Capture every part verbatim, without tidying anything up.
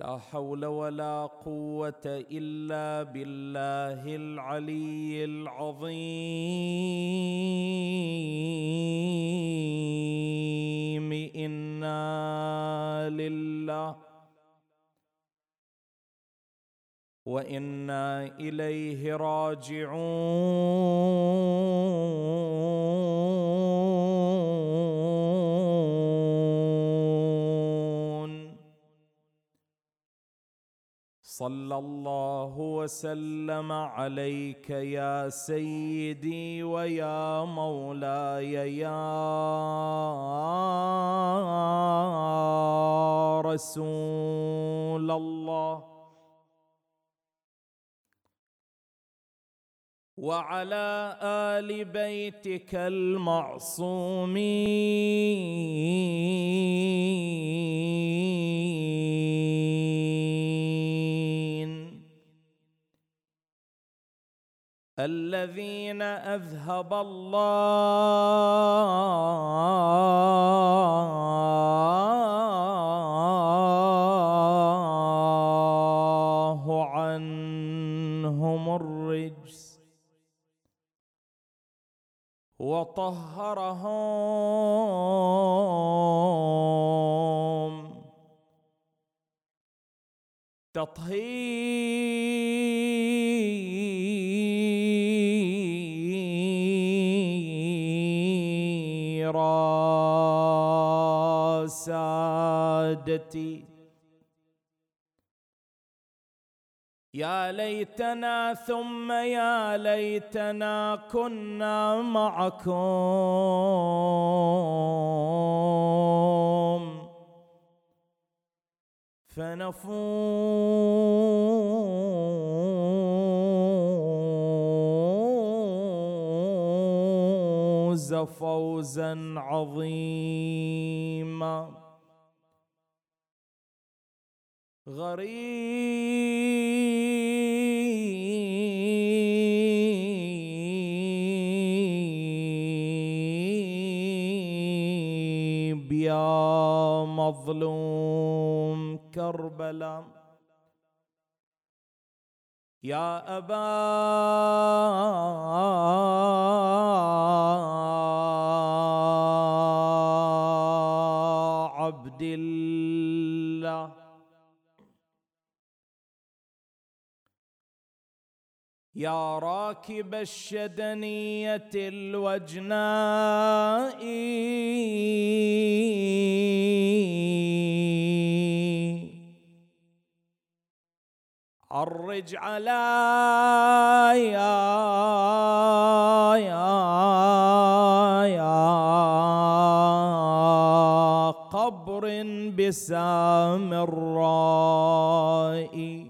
لا حول ولا قوة إلا بالله العلي العظيم. إنا لله وإنا إليه راجعون. صلى الله وسلم عليك يا سيدي ويا مولاي يا رسول الله، وعلى آل بيتك المعصومين الذين أذهب الله عنهم الرجس وطهرهم تطهيرا. سادتي يا ليتنا ثم يا ليتنا كنا معكم فنفوز فوزا عظيما. غريب يا مظلوم كربلاء، يا أبا عبد الله، يا راكب الشدنية الوجناء، عرج على يا يا يا قبر بسامراء،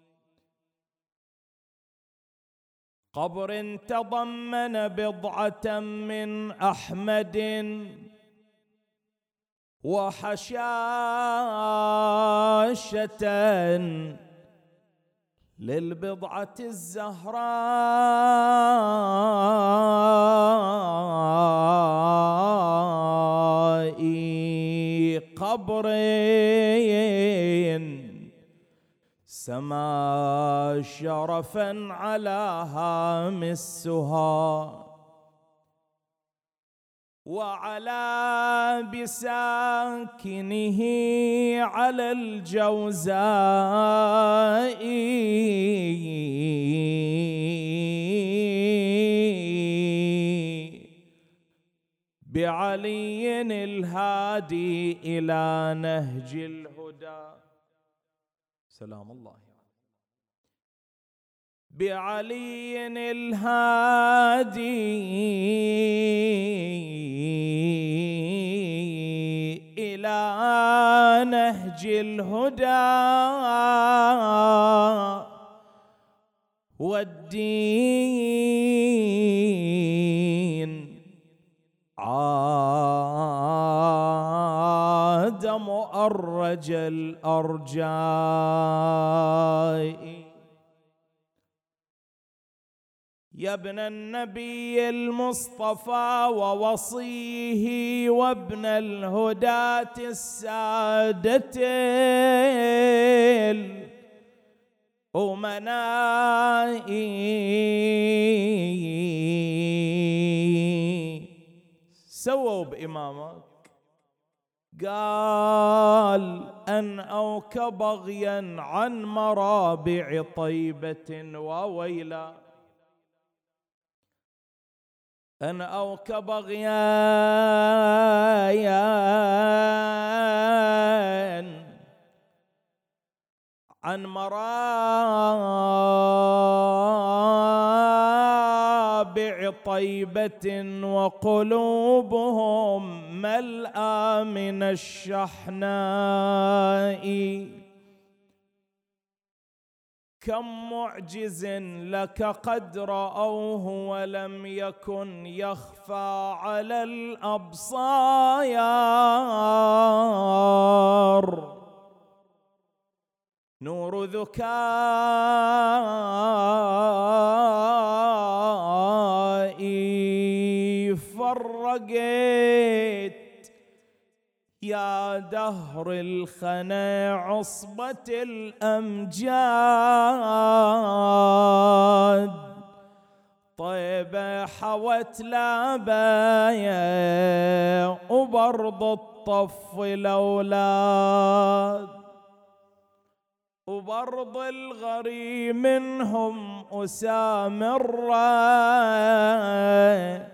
قبر تضمن بضعة من أحمد وحشاشة للبضعة الزهراء، قبرين سما شرفا على هام السها، وعلى بساكنه على الجوزاء بعلي الهادي إلى نهج الهدى. سلام الله. بعلي الهادي إلى نهج الهدى والدين، عاد مؤرج الأرجاء. يا ابن النبي المصطفى ووصيه وابن الهداة السادة، ومنائي سووا بإمامك. قال أن أوك بغيا عن مرابع طيبة وويلا، أن أوك بغيا عن مرابع طيبة وقلوبهم ملأى من الشحناء. كم معجز لك قد رأوه ولم يكن يخفى على الأبصار. نور ذكائي فرقت يا دهر الخنا عصبة الأمجاد. طيبة حوت لابايا وبرض الطف الأولاد، وبرض الغري منهم أسامرة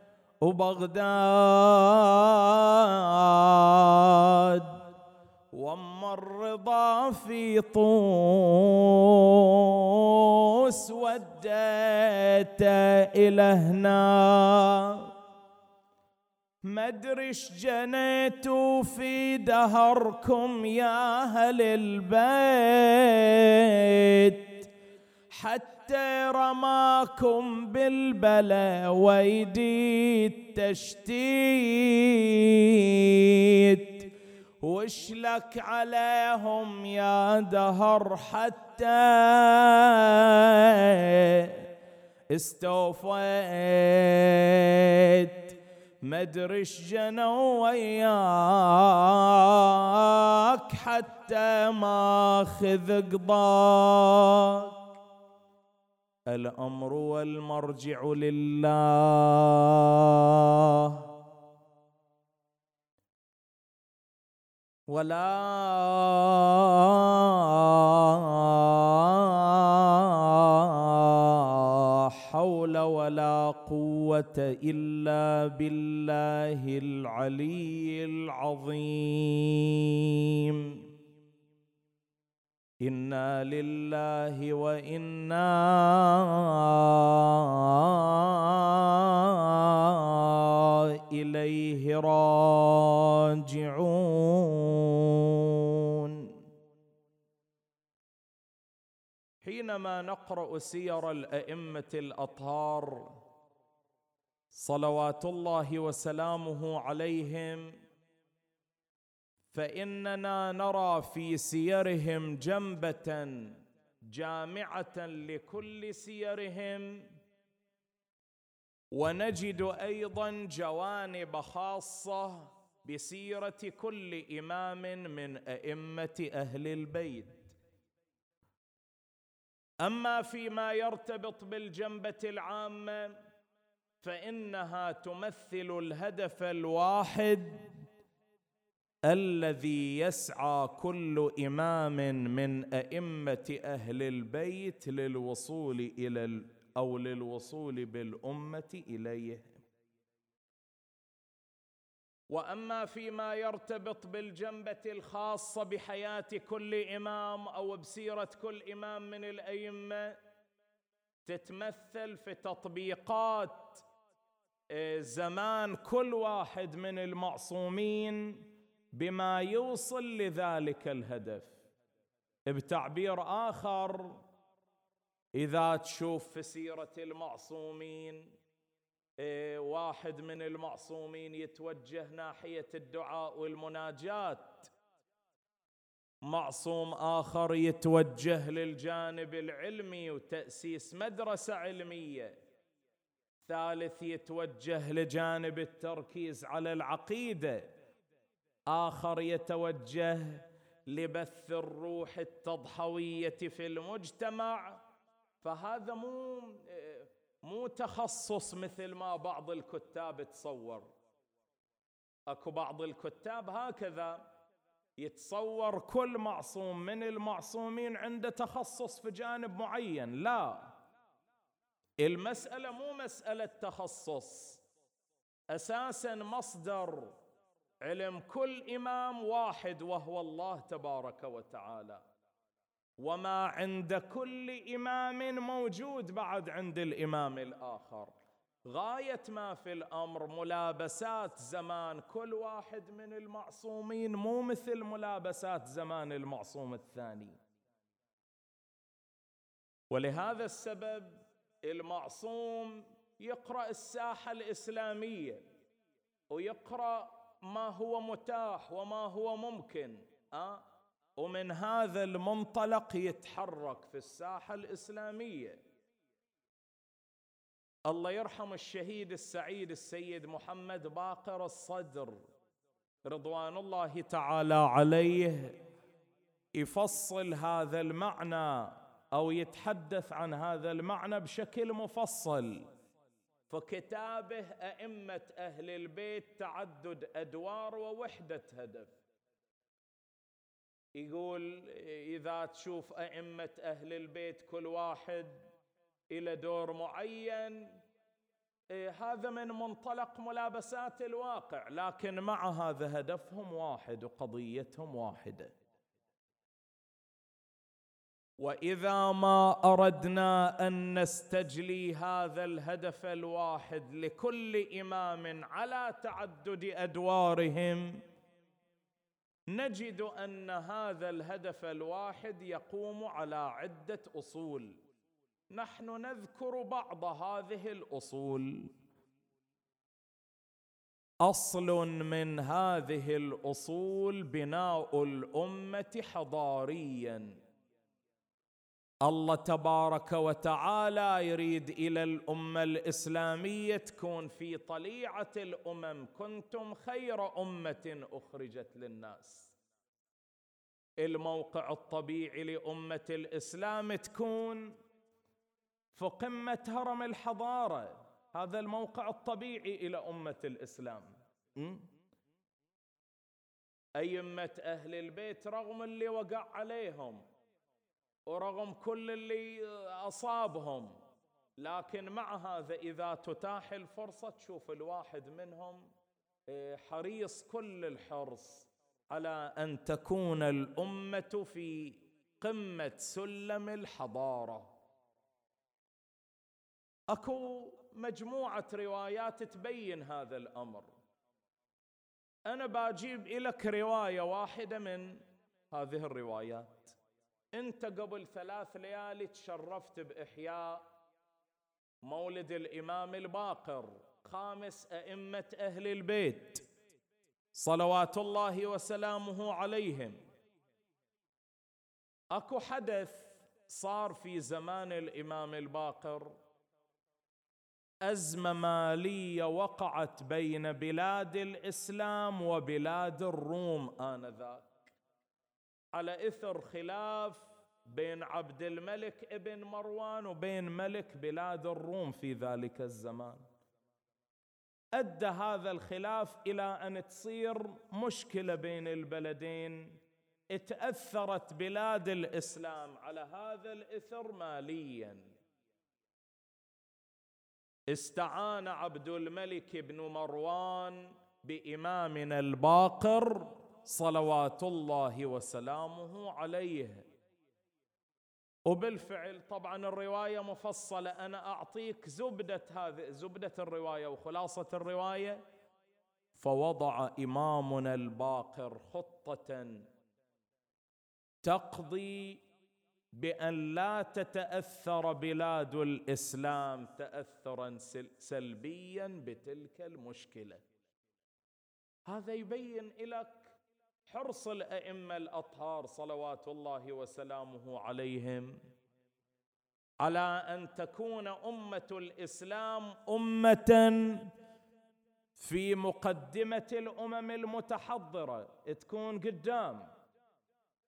وبغداد. وأما الرضا في طوس وديت إلى هنا، مدريش جنيتوا في دهركم يا أهل البيت، حتى رماكم بالبلا ويدي التشتيت. وش لك عليهم يا دهر حتى استوفيت؟ مدريش جنوا وياك حتى ما خذ قضاك. الأمر والمرجع لله، ولا حول ولا قوة إلا بالله العلي العظيم. إنا لله وإنا إليه راجعون. حينما نقرأ سير الأئمة الأطهار صلوات الله وسلامه عليهم، فإننا نرى في سيرهم جنبة جامعة لكل سيرهم، ونجد أيضا جوانب خاصة بسيرة كل إمام من أئمة أهل البيت. أما فيما يرتبط بالجنبة العامة فإنها تمثل الهدف الواحد الذي يسعى كل إمام من أئمة أهل البيت للوصول إلى أو للوصول بالأمة إليه. وأما فيما يرتبط بالجنبة الخاصة بحياة كل إمام أو بسيرة كل إمام من الأئمة، تتمثل في تطبيقات زمان كل واحد من المعصومين بما يوصل لذلك الهدف. بتعبير آخر، إذا تشوف في سيرة المعصومين واحد من المعصومين يتوجه ناحية الدعاء والمناجات، معصوم آخر يتوجه للجانب العلمي وتأسيس مدرسة علمية، ثالث يتوجه لجانب التركيز على العقيدة، آخر يتوجه لبث الروح التضحوية في المجتمع، فهذا مو مو تخصص مثل ما بعض الكتاب تصور. اكو بعض الكتاب هكذا يتصور كل معصوم من المعصومين عنده تخصص في جانب معين. لا، المسألة مو مسألة تخصص، أساساً مصدر علم كل إمام واحد وهو الله تبارك وتعالى، وما عند كل إمام موجود بعد عند الإمام الآخر. غاية ما في الأمر ملابسات زمان كل واحد من المعصومين مو مثل ملابسات زمان المعصوم الثاني. ولهذا السبب المعصوم يقرأ الساحة الإسلامية ويقرأ ما هو متاح وما هو ممكن، أه؟ ومن هذا المنطلق يتحرك في الساحة الإسلامية. الله يرحم الشهيد السعيد السيد محمد باقر الصدر رضوان الله تعالى عليه، يفصل هذا المعنى أو يتحدث عن هذا المعنى بشكل مفصل فكتابه أئمة أهل البيت تعدد أدوار ووحدة هدف. يقول إذا تشوف أئمة أهل البيت كل واحد إلى دور معين، هذا من منطلق ملابسات الواقع، لكن مع هذا هدفهم واحد وقضيتهم واحدة. وإذا ما أردنا أن نستجلي هذا الهدف الواحد لكل إمام على تعدد أدوارهم، نجد أن هذا الهدف الواحد يقوم على عدة أصول. نحن نذكر بعض هذه الأصول. أصل من هذه الأصول بناء الأمة حضارياً. الله تبارك وتعالى يريد إلى الأمة الإسلامية تكون في طليعة الأمم كنتم خير أمة أخرجت للناس. الموقع الطبيعي لأمة الإسلام تكون في قمة هرم الحضارة، هذا الموقع الطبيعي إلى أمة الإسلام. أئمة أهل البيت رغم اللي وقع عليهم ورغم كل اللي أصابهم، لكن مع هذا إذا تتاح الفرصة تشوف الواحد منهم حريص كل الحرص على أن تكون الأمة في قمة سلم الحضارة. أكو مجموعة روايات تبين هذا الأمر. أنا بجيب لك رواية واحدة من هذه الروايات. أنت قبل ثلاث ليالي تشرفت بإحياء مولد الإمام الباقر خامس أئمة أهل البيت صلوات الله وسلامه عليهم. أكو حدث صار في زمان الإمام الباقر، أزمة مالية وقعت بين بلاد الإسلام وبلاد الروم آنذاك على إثر خلاف بين عبد الملك ابن مروان وبين ملك بلاد الروم في ذلك الزمان. أدى هذا الخلاف إلى أن تصير مشكلة بين البلدين. اتأثرت بلاد الإسلام على هذا الإثر مالياً. استعان عبد الملك بن مروان بإمامنا الباقر صلوات الله وسلامه عليه، وبالفعل طبعا الرواية مفصلة، أنا أعطيك زبدة هذه زبدة الرواية وخلاصة الرواية. فوضع إمامنا الباقر خطة تقضي بأن لا تتأثر بلاد الإسلام تأثرا سلبيا بتلك المشكلة. هذا يبين لك حرص الأئمة الأطهار صلوات الله وسلامه عليهم على أن تكون أمة الإسلام أمة في مقدمة الأمم المتحضرة، تكون قدام.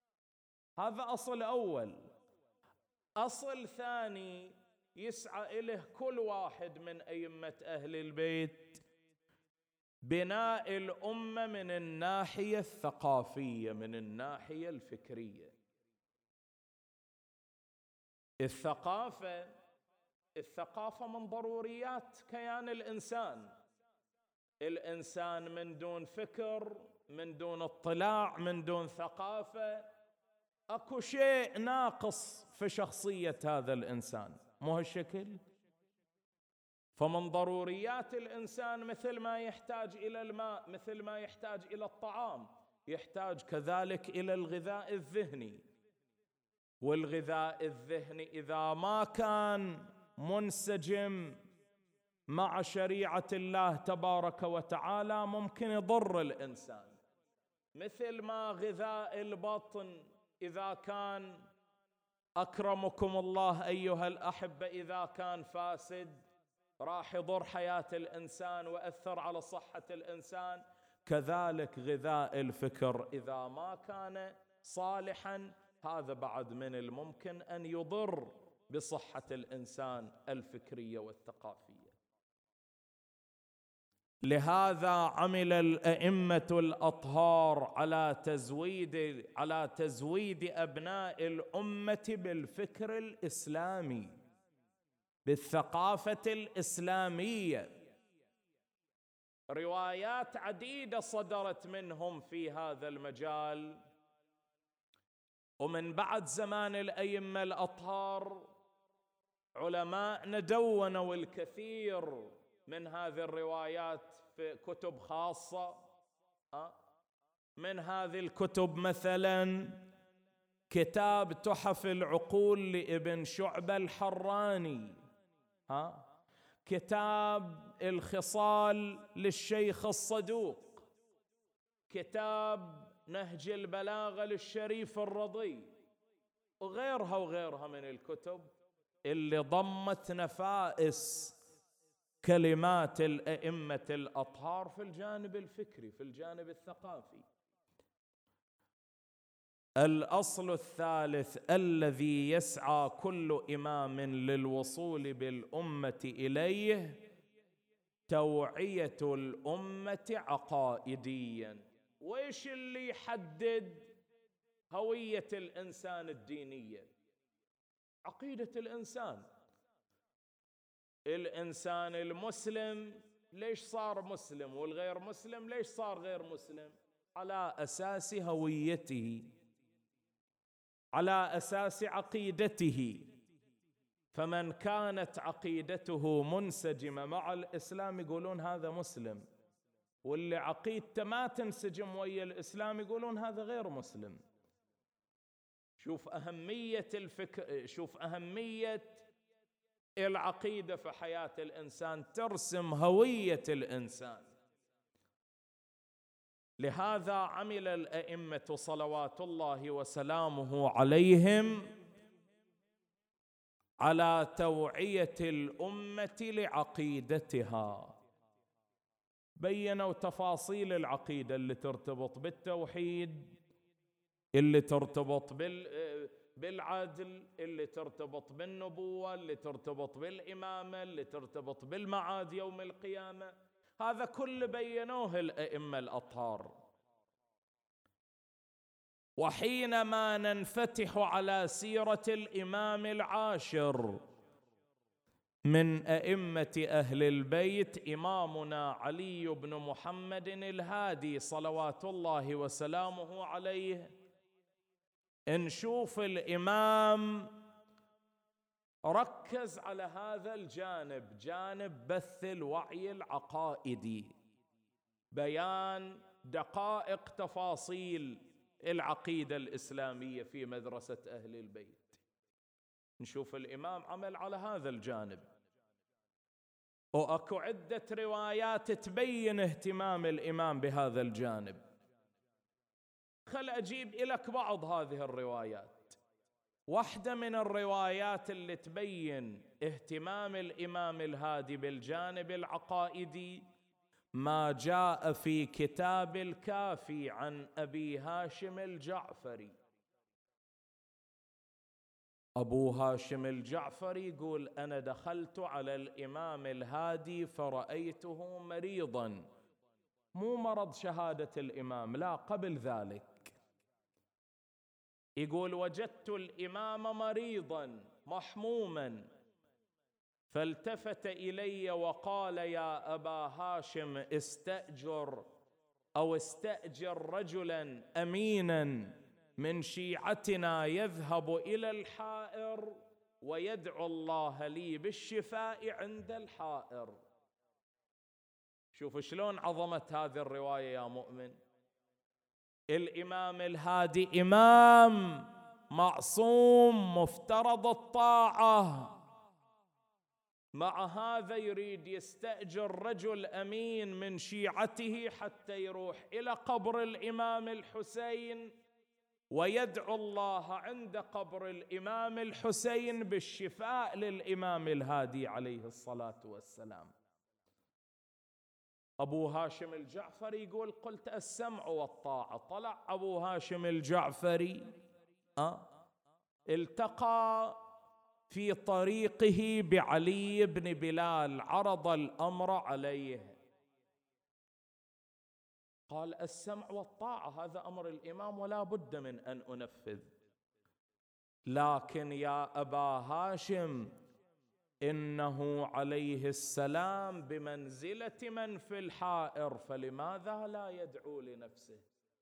هذا أصل أول. أصل ثاني يسعى إليه كل واحد من أئمة أهل البيت: بناء الأمة من الناحية الثقافية، من الناحية الفكرية. الثقافة الثقافة من ضروريات كيان الإنسان. الإنسان من دون فكر، من دون اطلاع، من دون ثقافة، أكو شيء ناقص في شخصية هذا الإنسان، مو هالشكل؟ فمن ضروريات الإنسان مثل ما يحتاج إلى الماء، مثل ما يحتاج إلى الطعام، يحتاج كذلك إلى الغذاء الذهني. والغذاء الذهني إذا ما كان منسجم مع شريعة الله تبارك وتعالى ممكن يضر الإنسان. مثل ما غذاء البطن إذا كان، أكرمكم الله أيها الأحبة، إذا كان فاسد راح يضر حياة الإنسان وأثر على صحة الإنسان. كذلك غذاء الفكر إذا ما كان صالحا هذا بعد من الممكن أن يضر بصحة الإنسان الفكرية والثقافية. لهذا عمل الأئمة الأطهار على تزويد على تزويد أبناء الأمة بالفكر الإسلامي، بالثقافة الإسلامية. روايات عديدة صدرت منهم في هذا المجال، ومن بعد زمان الأئمة الأطهار علماء دونوا الكثير من هذه الروايات في كتب خاصة. من هذه الكتب مثلا كتاب تحف العقول لابن شعبة الحراني، ها كتاب الخصال للشيخ الصدوق، كتاب نهج البلاغة للشريف الرضي، وغيرها وغيرها من الكتب اللي ضمت نفائس كلمات الأئمة الأطهار في الجانب الفكري، في الجانب الثقافي. الأصل الثالث الذي يسعى كل إمام للوصول بالأمة إليه: توعية الأمة عقائديا. وإيش اللي يحدد هوية الإنسان الدينية؟ عقيدة الإنسان. الإنسان المسلم ليش صار مسلم، والغير مسلم ليش صار غير مسلم؟ على أساس هويته، على أساس عقيدته. فمن كانت عقيدته منسجمة مع الإسلام يقولون هذا مسلم، واللي عقيدته ما تنسجم ويا الإسلام يقولون هذا غير مسلم. شوف أهمية الفكر، شوف أهمية العقيدة في حياة الإنسان، ترسم هوية الإنسان. لهذا عمل الأئمة صلوات الله وسلامه عليهم على توعية الأمة لعقيدتها. بينوا تفاصيل العقيدة اللي ترتبط بالتوحيد، اللي ترتبط بال بالعدل، اللي ترتبط بالنبوة، اللي ترتبط بالإمامة، اللي ترتبط بالمعاد يوم القيامة. هذا كل بينوه الأئمة الأطهار. وحينما ننفتح على سيرة الإمام العاشر من أئمة أهل البيت، إمامنا علي بن محمد الهادي صلوات الله وسلامه عليه، نشوف الإمام ركز على هذا الجانب، جانب بث الوعي العقائدي، بيان دقائق تفاصيل العقيدة الإسلامية في مدرسة أهل البيت. نشوف الإمام عمل على هذا الجانب، وأكو عدة روايات تبين اهتمام الإمام بهذا الجانب. خل أجيب لك بعض هذه الروايات. واحدة من الروايات اللي تبين اهتمام الإمام الهادي بالجانب العقائدي ما جاء في كتاب الكافي عن أبي هاشم الجعفري. أبو هاشم الجعفري يقول أنا دخلت على الإمام الهادي فرأيته مريضا، مو مرض شهادة الإمام، لا، قبل ذلك. يقول وجدت الإمام مريضا محموما، فالتفت إلي وقال يا أبا هاشم استأجر أو استأجر رجلا أمينا من شيعتنا يذهب إلى الحائر ويدعو الله لي بالشفاء عند الحائر. شوف شلون عظمة هذه الرواية يا مؤمن. الإمام الهادي إمام معصوم مفترض الطاعة، مع هذا يريد يستأجر رجل أمين من شيعته حتى يروح إلى قبر الإمام الحسين ويدعو الله عند قبر الإمام الحسين بالشفاء للإمام الهادي عليه الصلاة والسلام. أبو هاشم الجعفري يقول قلت السمع والطاعة. طلع أبو هاشم الجعفري أه؟ التقى في طريقه بعلي بن بلال، عرض الأمر عليه، قال السمع والطاعة هذا أمر الإمام ولا بد من أن أنفذ، لكن يا أبا هاشم إنه عليه السلام بمنزلة من في الحائر، فلماذا لا يدعو لنفسه؟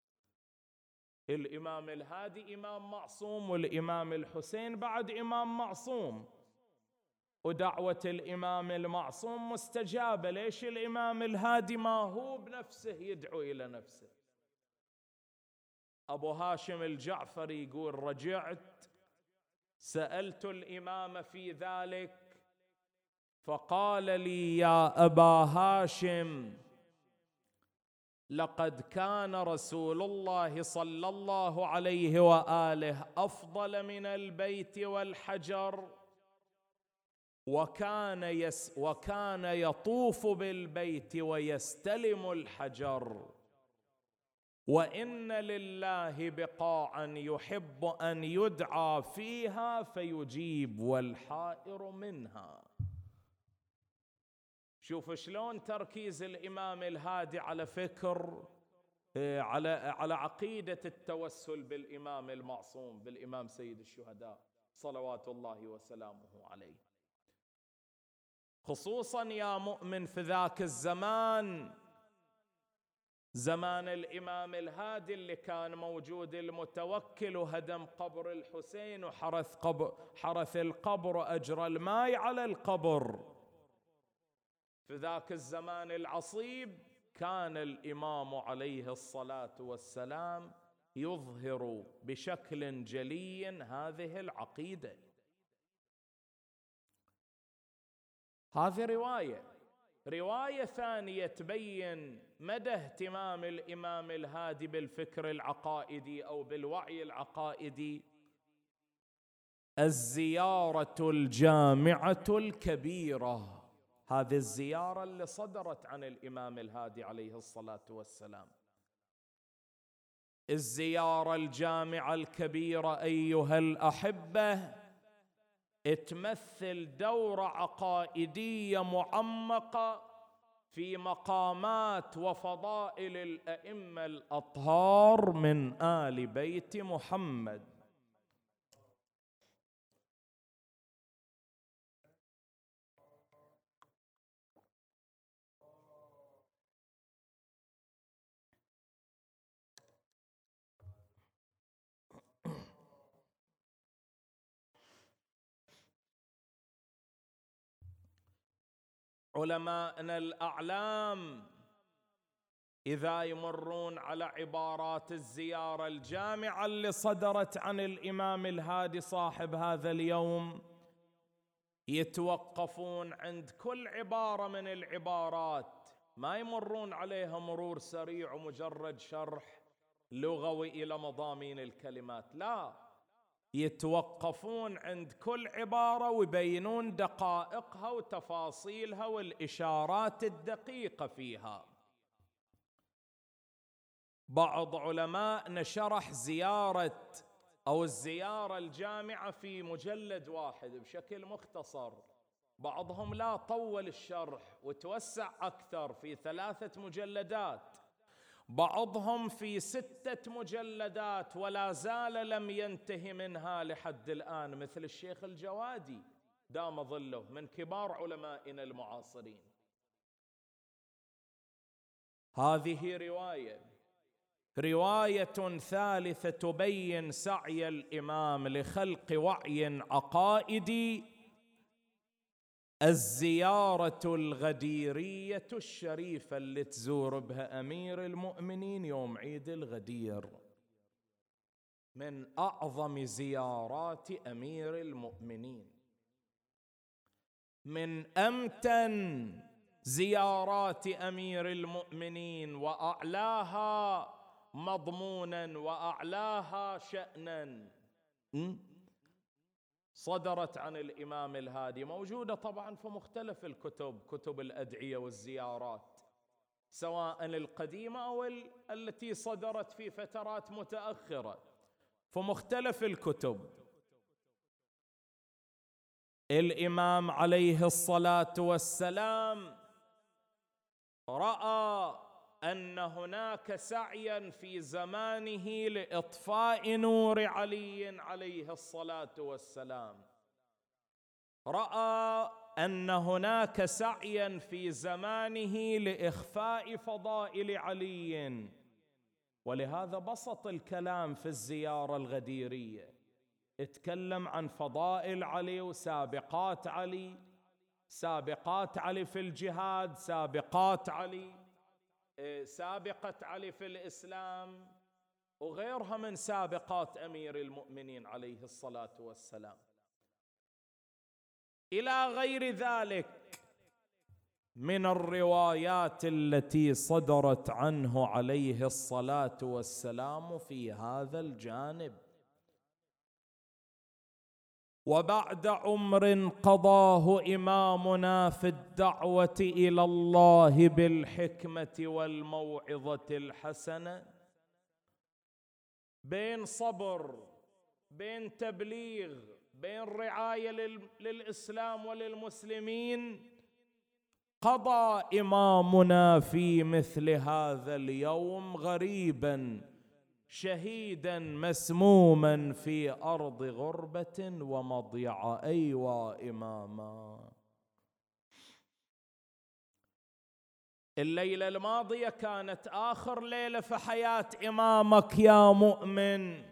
الإمام الهادي إمام معصوم، والإمام الحسين بعد إمام معصوم، ودعوة الإمام المعصوم مستجابة. ليش الإمام الهادي ما هو بنفسه يدعو إلى نفسه؟ أبو هاشم الجعفري يقول رجعت سألت الإمام في ذلك فقال لي يا أبا هاشم لقد كان رسول الله صلى الله عليه وآله أفضل من البيت والحجر، وكان يس وكان يطوف بالبيت ويستلم الحجر، وإن لله بقاعا يحب أن يدعى فيها فيجيب والحائر منها. شوف شلون تركيز الإمام الهادي على فكر على على عقيدة التوسل بالإمام المعصوم، بالإمام سيد الشهداء صلوات الله وسلامه عليه. خصوصا يا مؤمن في ذاك الزمان، زمان الإمام الهادي اللي كان موجود المتوكل وهدم قبر الحسين وحرث قبر حرث القبر وأجرى الماء على القبر. في ذاك الزمان العصيب كان الإمام عليه الصلاة والسلام يظهر بشكل جلي هذه العقيدة. هذه رواية. رواية ثانية تبين مدى اهتمام الإمام الهادي بالفكر العقائدي أو بالوعي العقائدي. الزيارة الجامعة الكبيرة، هذه الزيارة اللي صدرت عن الإمام الهادي عليه الصلاة والسلام. الزيارة الجامعة الكبيرة أيها الأحبة تمثل دورة عقائدية معمقة في مقامات وفضائل الأئمة الأطهار من آل بيت محمد. علماءنا الأعلام إذا يمرون على عبارات الزيارة الجامعة اللي صدرت عن الإمام الهادي صاحب هذا اليوم، يتوقفون عند كل عبارة من العبارات، ما يمرون عليها مرور سريع ومجرد شرح لغوي إلى مضامين الكلمات، لا، يتوقفون عند كل عبارة ويبينون دقائقها وتفاصيلها والإشارات الدقيقة فيها. بعض علماء شرح زيارة أو الزيارة الجامعة في مجلد واحد بشكل مختصر. بعضهم لا طول الشرح وتوسع أكثر في ثلاثة مجلدات، بعضهم في ستة مجلدات ولا زال لم ينتهي منها لحد الآن، مثل الشيخ الجوادي دام ظله من كبار علمائنا المعاصرين. هذه رواية. رواية ثالثة تبين سعي الإمام لخلق وعي عقائدي، الزيارة الغديرية الشريفة اللي تزور بها أمير المؤمنين يوم عيد الغدير، من أعظم زيارات أمير المؤمنين، من أمتن زيارات أمير المؤمنين، وأعلاها مضمونا وأعلاها شأنا. صدرت عن الإمام الهادي، موجودة طبعا في مختلف الكتب، كتب الأدعية والزيارات، سواء القديمة أو التي صدرت في فترات متأخرة، في مختلف الكتب. الإمام عليه الصلاة والسلام رأى أن هناك سعيا في زمانه لإطفاء نور علي عليه الصلاة والسلام، رأى أن هناك سعيا في زمانه لإخفاء فضائل علي، ولهذا بسط الكلام في الزيارة الغديرية، اتكلم عن فضائل علي وسابقات علي، سابقات علي في الجهاد، سابقات علي، سابقة علي في الإسلام، وغيرها من سابقات أمير المؤمنين عليه الصلاة والسلام، إلى غير ذلك من الروايات التي صدرت عنه عليه الصلاة والسلام في هذا الجانب. وبعد عمر قضاه إمامنا في الدعوة إلى الله بالحكمة والموعظة الحسنة، بين صبر، بين تبليغ، بين رعاية للإسلام وللمسلمين، قضى إمامنا في مثل هذا اليوم غريبا شهيدا مسموما في أرض غربة ومضيعة. أيوة إماما، الليلة الماضية كانت آخر ليلة في حياة إمامك يا مؤمن.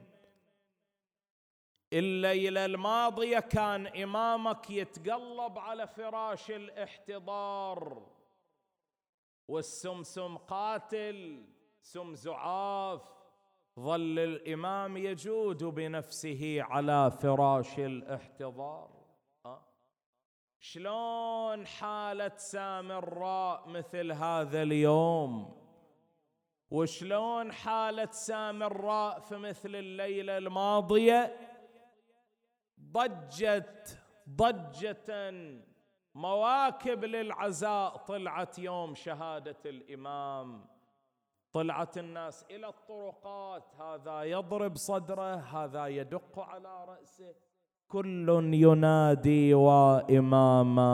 الليلة الماضية كان إمامك يتقلب على فراش الاحتضار، والسمسم قاتل، سم زعاف، ظل الإمام يجود بنفسه على فراش الاحتضار. أه؟ شلون حالة سامراء مثل هذا اليوم؟ وشلون حالة سامراء في مثل الليلة الماضية؟ ضجت ضجة مواكب للعزاء، طلعت يوم شهادة الإمام، طلعت الناس إلى الطرقات، هذا يضرب صدره، هذا يدق على رأسه، كل ينادي وإماما.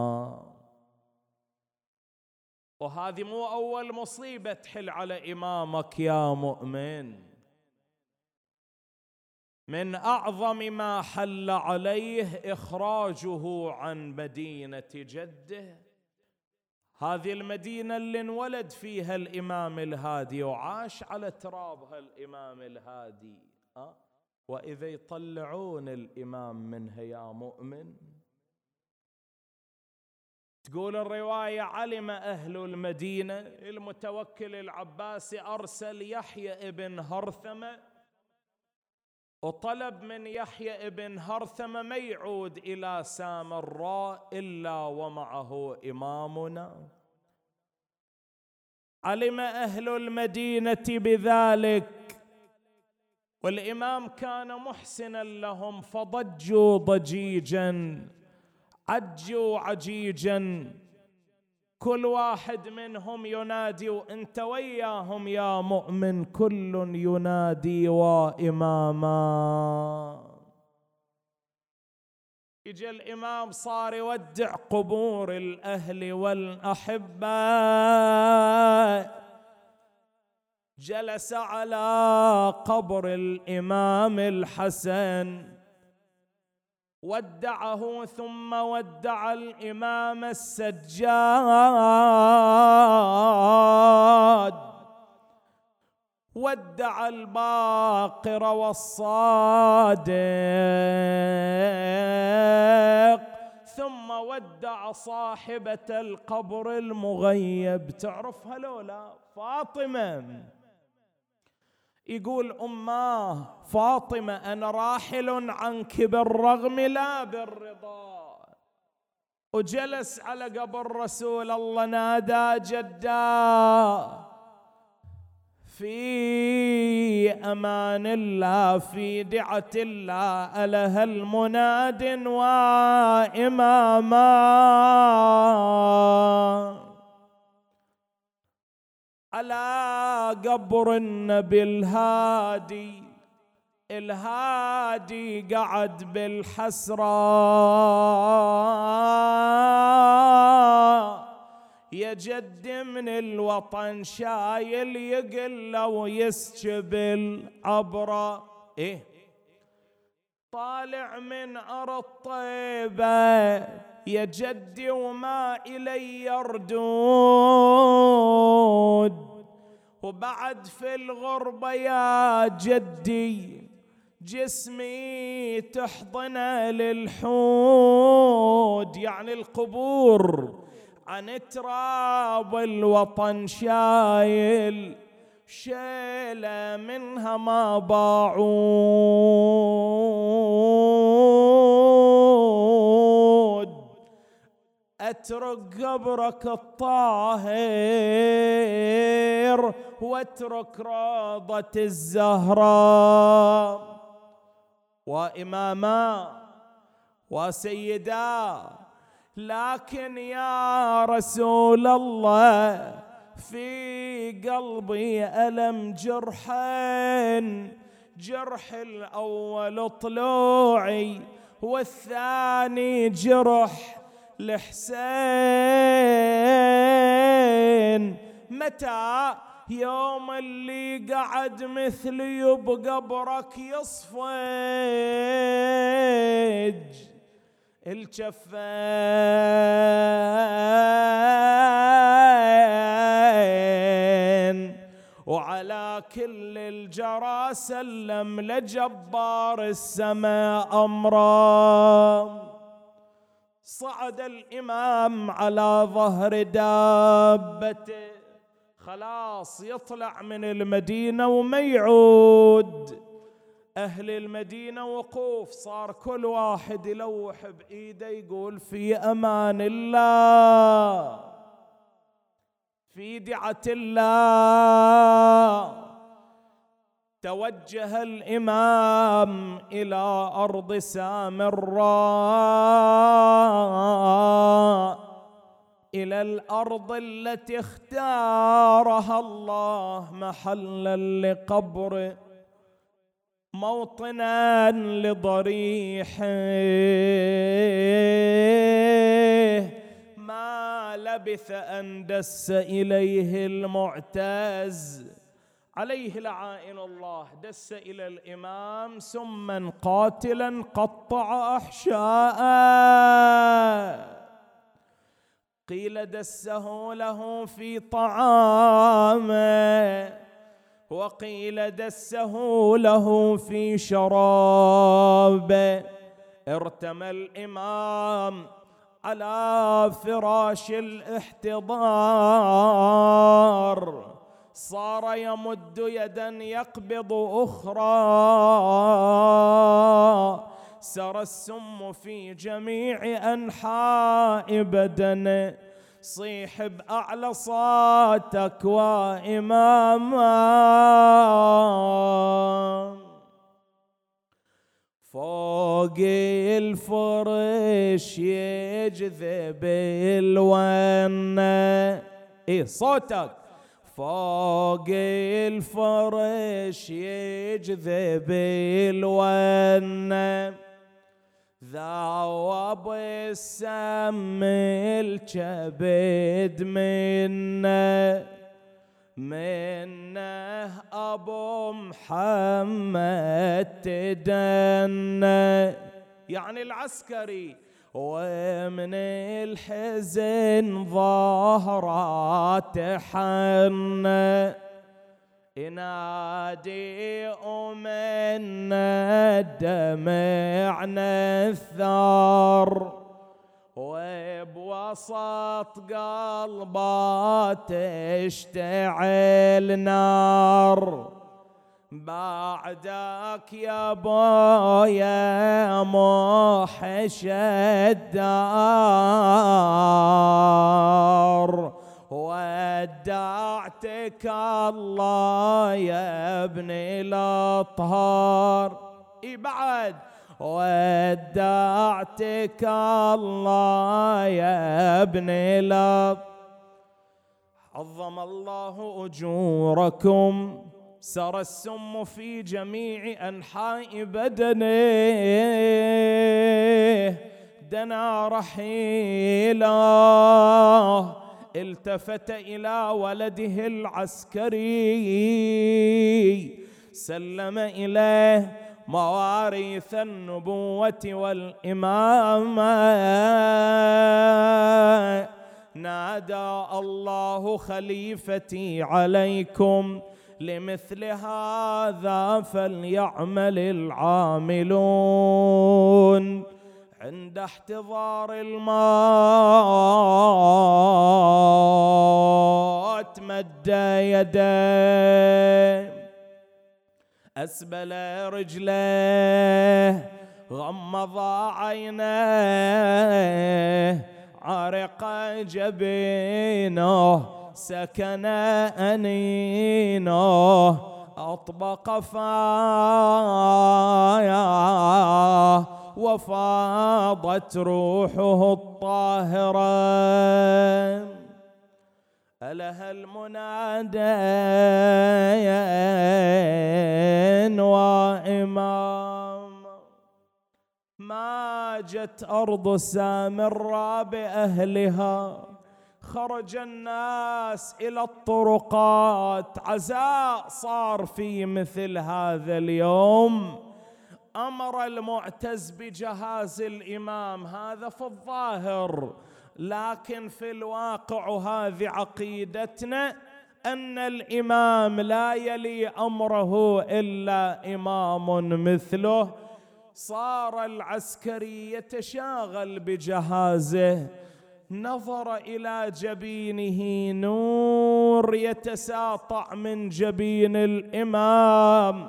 وهذه مو أول مصيبة تحل على إمامك يا مؤمن. من أعظم ما حل عليه إخراجه عن مدينة جده، هذه المدينة اللي انولد فيها الإمام الهادي وعاش على ترابها الإمام الهادي. أه؟ وإذا يطلعون الإمام منها يا مؤمن، تقول الرواية: علم أهل المدينة، المتوكل العباسي أرسل يحيى ابن هرثمة وطلب من يحيى ابن هرثمة ما يعود إلى سامراء إلا ومعه إمامنا. علم أهل المدينة بذلك، والإمام كان محسنا لهم، فضجوا ضجيجا، عجوا عجيجا، كل واحد منهم ينادي، وانت وياهم يا مؤمن كل ينادي وإماما. يجي الإمام صار يودع قبور الأهل والأحباء، جلس على قبر الإمام الحسن ودعه، ثم ودع الإمام السجاد، ودع الباقر والصادق، ثم ودع صاحبة القبر المغيب. تعرفها لولا؟ فاطمة. يقول أماه فاطمة أنا راحل عنك بالرغم لا بالرضا. وجلس على قبر رسول الله، نادى جدا في أمان الله، في دعة الله، أله المناد وإماما. على قبر النبي الهادي، الهادي قعد بالحسرة، يا جد من الوطن شايل يقل ويسكب العبرة. إيه طالع من أرض طيبة يا جدي وما إلي يردود، وبعد في الغربة يا جدي جسمي تحضن للحود. يعني القبور عن تراب الوطن شايل شيلة منها ما باعود. اترك قبرك الطاهر واترك روضة الزهراء وإماما وسيدا، لكن يا رسول الله في قلبي ألم جرحين، جرح الأول طلوعي والثاني جرح الحسين. متى؟ يوم اللي قعد مثلي بقبرك يصفج الجفين، وعلى كل الجرى سلم لجبار السماء أمره. صعد الإمام على ظهر دابته، خلاص يطلع من المدينة وما يعود. أهل المدينة وقوف، صار كل واحد يلوح بإيده يقول في أمان الله، في دعة الله. توجه الإمام إلى أرض سامراء، إلى الأرض التي اختارها الله محلا لقبره، موطنا لضريحه. ما لبث أن دس إليه المعتز عليه لعائن الله، دس إلى الإمام سما قاتلا قطع أحشاءه. قيل دسه له في طعامه، وقيل دسه له في شرابه. ارتمى الإمام على فراش الاحتضار، صار يمد يدا يقبض أخرى، سرى السم في جميع أنحاء بدنه. صيح بأعلى صوتك وإماما. فوق الفرش يجذب الونة. ايه صوتك. فوق الفرش يجذب الونة، ذوب السم الكبد منه، منه أبو محمد تدنى. يعني العسكري ومن الحزن ظهرات حنى، ينادي ومن الدمع نثار، وبوسط قلبه تشتعل نار. بعدك يا بويا موحش الدار، ودعتك الله يا ابن الأطهار. اي بعد ودعتك الله يا ابن الأطهار. عظم الله أجوركم، سرى السم في جميع أنحاء بدنه، دنا رحيله، التفت إلى ولده العسكري، سلم إليه مواريث النبوة والإمامة. نادى الله خليفتي عليكم، لمثل هذا فليعمل العاملون. عند احتضار الموت مد يديه، أسبل رجله، غمض عينيه، عرق جبينه، سكن أنينه، أطبق فاياه، وفاضت روحه الطاهرة. أله المنادين وإمام، ما جت أرض سامراء بأهلها، خرج الناس إلى الطرقات. عزاء صار في مثل هذا اليوم. أمر المعتز بجهاز الإمام، هذا في الظاهر، لكن في الواقع هذه عقيدتنا أن الإمام لا يلي أمره إلا إمام مثله. صار العسكري يتشاغل بجهازه، نظر إلى جبينه نور يتساطع من جبين الإمام،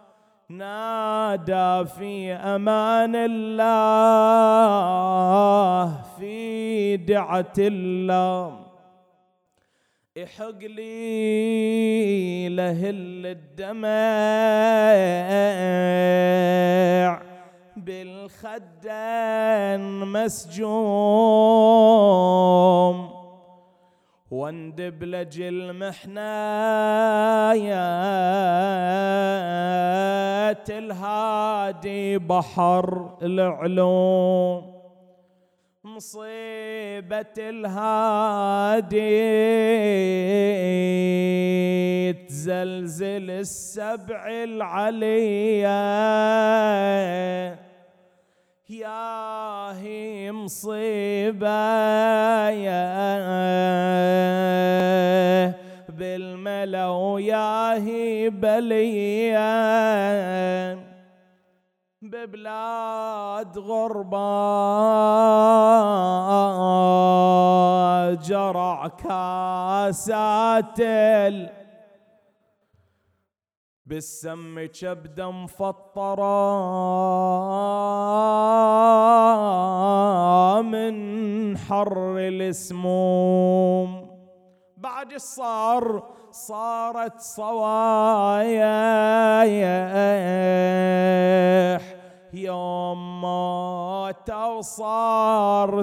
نادى في أمان الله، في دعة الله، احق لي لهل الدمع، بالخدين مسجوم، واندبلج المحنايات، الهادي بحر العلوم، مصيبة الهادي تزلزل السبع العليا، يا هي مصيبة يا بالملو، يا هي بلية ببلاد غربة، جرع كاسات بالسم كبدة مفطرة من حر السموم. بعد ايش صار؟ صارت صوايح يوم موت وصار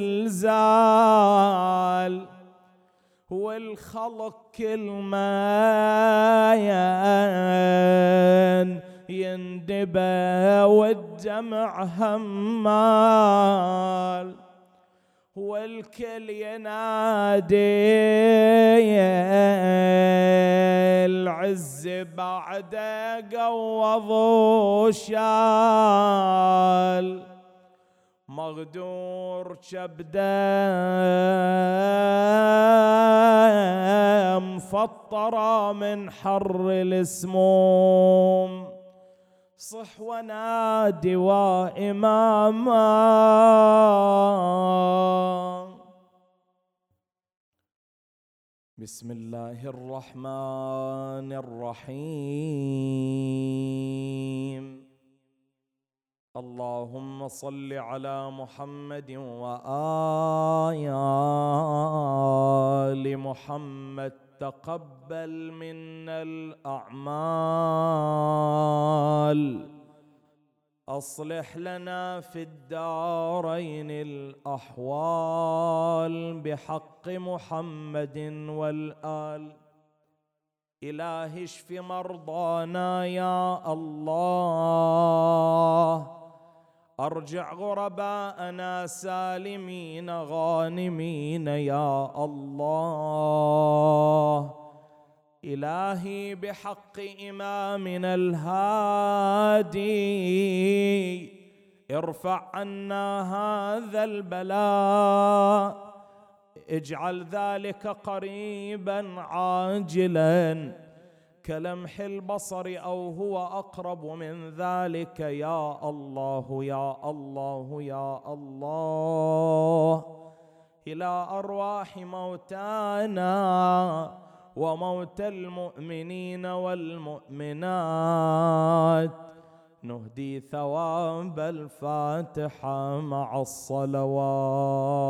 زلزال والخلق كل ما يندبى والجمع همال والكل ينادي العز بعد قوض وشال مغدور كبده مفطرة من حر السموم صح ونادي وإماما بسم الله الرحمن الرحيم اللهم صل على محمد وآل محمد تقبل منا الأعمال أصلح لنا في الدارين الأحوال بحق محمد والآل إلهي اشف مرضانا يا الله أرجع غرباءنا سالمين غانمين يا الله إلهي بحق إمامنا الهادي ارفع عنا هذا البلاء اجعل ذلك قريبا عاجلا كلمح البصر أو هو أقرب من ذلك يا الله يا الله يا الله إلى أرواح موتانا وموتى المؤمنين والمؤمنات نهدي ثواب الفاتحة مع الصلوات.